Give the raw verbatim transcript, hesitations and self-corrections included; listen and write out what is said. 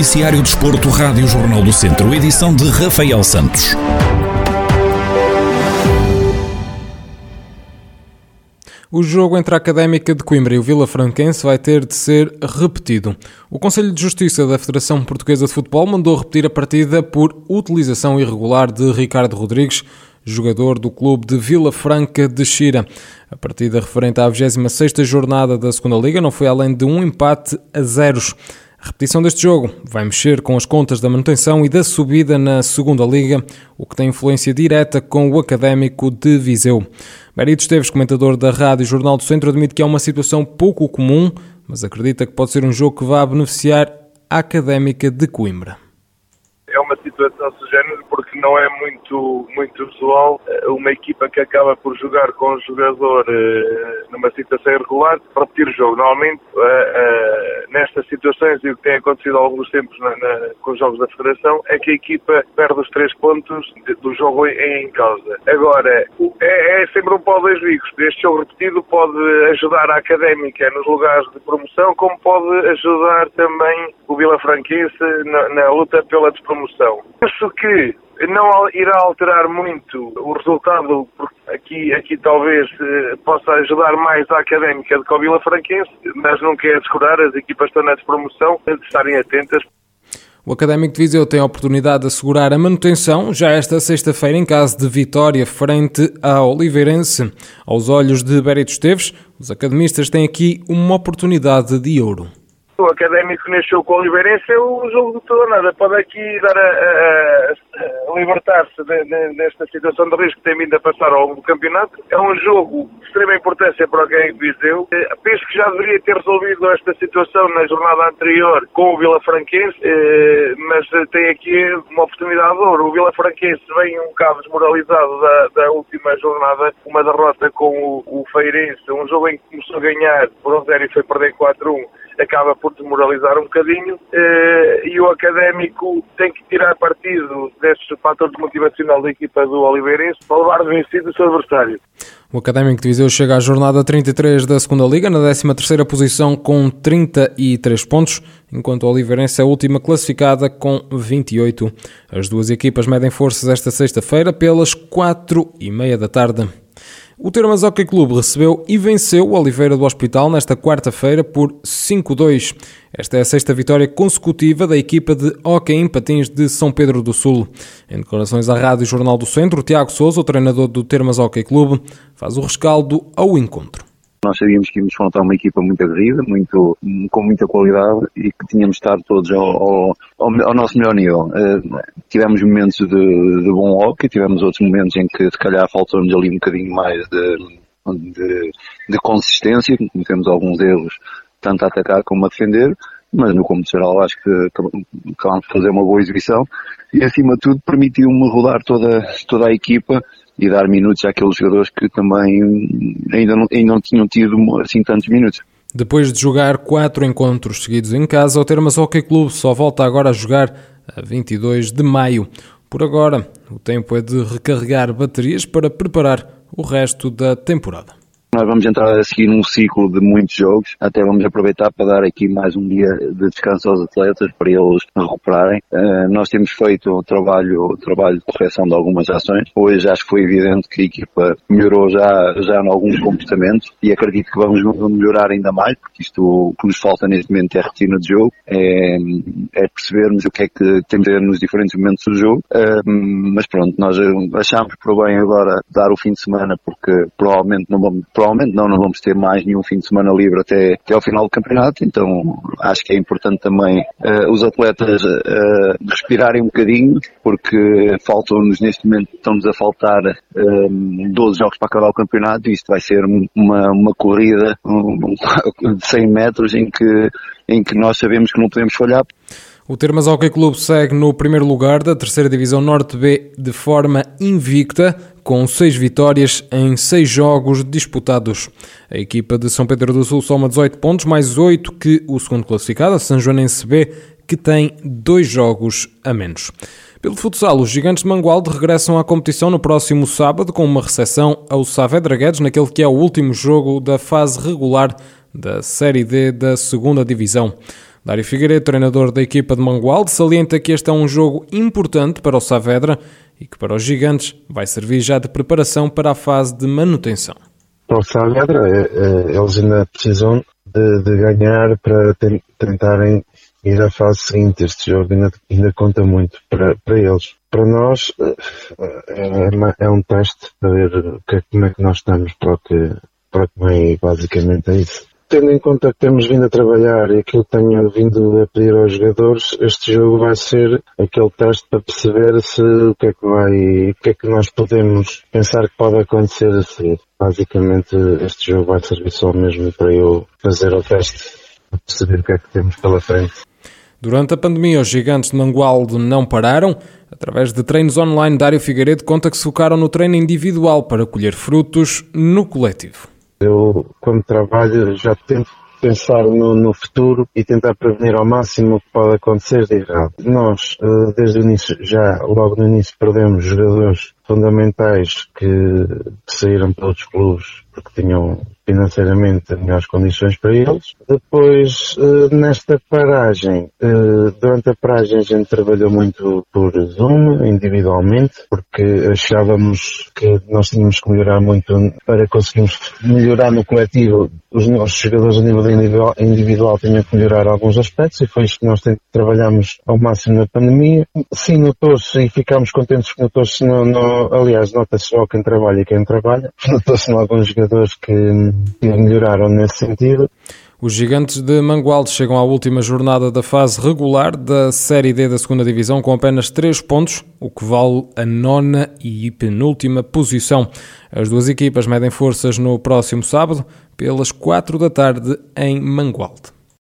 Noticiário Desporto, Rádio Jornal do Centro, edição de Rafael Santos. O jogo entre a Académica de Coimbra e o Vilafranquense vai ter de ser repetido. O Conselho de Justiça da Federação Portuguesa de Futebol mandou repetir a partida por utilização irregular de Ricardo Rodrigues, jogador do clube de Vila Franca de Xira. A partida referente à vigésima sexta jornada da segunda Liga não foi além de um empate a zeros. A repetição deste jogo vai mexer com as contas da manutenção e da subida na segunda Liga, o que tem influência direta com o Académico de Viseu. Berito Esteves, comentador da Rádio Jornal do Centro, admite que é uma situação pouco comum, mas acredita que pode ser um jogo que vá beneficiar a Académica de Coimbra. É uma situação sui generis porque não é muito, muito usual uma equipa que acaba por jogar com um jogador uh, numa situação irregular repetir o jogo. Normalmente, uh, uh, nestas situações, e o que tem acontecido há alguns tempos na, na, com os jogos da Federação, é que a equipa perde os três pontos de, do jogo em, em causa. Agora, é, é sempre um pau de dois bicos. Este jogo repetido pode ajudar a Académica nos lugares de promoção, como pode ajudar também o Vilafranquense na, na luta pela despromoção. Penso que não irá alterar muito o resultado, porque aqui, aqui talvez eh, possa ajudar mais a Académica do que ao Vilafranquense, mas não quer descurar, as equipas estão na despromoção, de estarem atentas. O Académico de Viseu tem a oportunidade de assegurar a manutenção já esta sexta-feira em caso de vitória frente ao Oliveirense. Aos olhos de Berito Esteves, os academistas têm aqui uma oportunidade de ouro. O Académico neste jogo com o Oliveirense é o jogo do todo ou nada. Pode aqui dar a, a, a libertar-se de, de, desta situação de risco que tem vindo a passar ao longo do campeonato. É um jogo de extrema importância para o Académico de Viseu. Penso que já deveria ter resolvido esta situação na jornada anterior com o Vilafranquense, mas tem aqui uma oportunidade de ouro. O Vilafranquense vem um bocado desmoralizado da, da última jornada, uma derrota com o, o Feirense, um jogo em que começou a ganhar por um zero e foi perder quatro a um. Acaba por desmoralizar um bocadinho eh, e o Académico tem que tirar partido deste fator desmotivacional da equipa do Oliveirense para levar de vencido o seu adversário. O Académico de Viseu chega à jornada trinta e três da segunda Liga, na décima terceira posição com trinta e três pontos, enquanto o Oliveirense é a última classificada com vinte e oito. As duas equipas medem forças esta sexta-feira pelas quatro e meia da tarde. O Termas Hockey Clube recebeu e venceu o Oliveira do Hospital nesta quarta-feira por cinco a dois. Esta é a sexta vitória consecutiva da equipa de hóquei em patins de São Pedro do Sul. Em declarações à Rádio Jornal do Centro, Tiago Sousa, o treinador do Termas Hockey Clube, faz o rescaldo ao encontro. Nós sabíamos que íamos enfrentar uma equipa muito aguerrida, muito, com muita qualidade e que tínhamos estado todos ao, ao, ao nosso melhor nível. Uh, tivemos momentos de, de bom hóquei, tivemos outros momentos em que se calhar faltou-nos ali um bocadinho mais de, de, de consistência, cometemos alguns erros tanto a atacar como a defender, mas no cômputo geral acho que acabamos de fazer uma boa exibição e acima de tudo permitiu-me rodar toda, toda a equipa e dar minutos àqueles jogadores que também ainda não, ainda não tinham tido assim tantos minutos. Depois de jogar quatro encontros seguidos em casa, o Termas Hockey Clube só volta agora a jogar a vinte e dois de maio. Por agora, o tempo é de recarregar baterias para preparar o resto da temporada. Nós vamos entrar a seguir num ciclo de muitos jogos, até vamos aproveitar para dar aqui mais um dia de descanso aos atletas, para eles recuperarem. Uh, nós temos feito um trabalho, trabalho de correção de algumas ações. Hoje acho que foi evidente que a equipa melhorou já, já em alguns comportamentos e acredito que vamos melhorar ainda mais, porque isto, o que nos falta neste momento é a rotina de jogo, é, é percebermos o que é que temos a ver nos diferentes momentos do jogo. Uh, mas pronto, nós achamos por bem agora dar o fim de semana, porque provavelmente não vamos Provavelmente não, não vamos ter mais nenhum fim de semana livre até, até ao final do campeonato, então acho que é importante também uh, os atletas uh, respirarem um bocadinho, porque faltam-nos neste momento, estão-nos a faltar uh, doze jogos para acabar o campeonato e isto vai ser uma, uma corrida um, de cem metros em que, em que nós sabemos que não podemos falhar. O Termas Hockey Clube segue no primeiro lugar da terceira Divisão Norte B de forma invicta, com seis vitórias em seis jogos disputados. A equipa de São Pedro do Sul soma dezoito pontos, mais oito que o segundo classificado, a São Joanense B, que tem dois jogos a menos. Pelo futsal, os Gigantes de Mangualde regressam à competição no próximo sábado com uma recepção ao Saavedra Guedes, naquele que é o último jogo da fase regular da Série D da segunda Divisão. Dário Figueiredo, treinador da equipa de Mangualde, salienta que este é um jogo importante para o Saavedra e que para os gigantes vai servir já de preparação para a fase de manutenção. Para o Saavedra, eles ainda precisam de, de ganhar para te, tentarem ir à fase seguinte. Este jogo ainda, ainda conta muito para, para eles. Para nós é, é um teste para ver que, como é que nós estamos para o que, para o que vem, basicamente é isso. Tendo em conta que temos vindo a trabalhar e aquilo que tenho vindo a pedir aos jogadores, este jogo vai ser aquele teste para perceber se o que é que vai, o que é que nós podemos pensar que pode acontecer a seguir. Basicamente este jogo vai servir só mesmo para eu fazer o teste, para perceber o que é que temos pela frente. Durante a pandemia, os gigantes de Mangualde não pararam. Através de treinos online, Dário Figueiredo conta que se focaram no treino individual para colher frutos no coletivo. Eu, quando trabalho, já tento pensar no, no futuro e tentar prevenir ao máximo o que pode acontecer de errado. Nós, desde o início, já logo no início, perdemos jogadores fundamentais que, que saíram para outros clubes porque tinham financeiramente melhores condições para eles. Depois, nesta paragem, durante a paragem a gente trabalhou muito por Zoom, individualmente, porque achávamos que nós tínhamos que melhorar muito para conseguirmos melhorar no coletivo. Os nossos jogadores a nível individual, individual tinham que melhorar alguns aspectos e foi isso que nós trabalhamos ao máximo na pandemia. Sim, notou-se e ficámos contentes que notou-se, no, no, aliás, nota-se só quem trabalha e quem trabalha, notou-se em alguns jogadores que, que melhoraram nesse sentido. Os gigantes de Mangualde chegam à última jornada da fase regular da Série D da segunda Divisão com apenas três pontos, o que vale a nona e penúltima posição. As duas equipas medem forças no próximo sábado, pelas quatro da tarde, em Mangualde.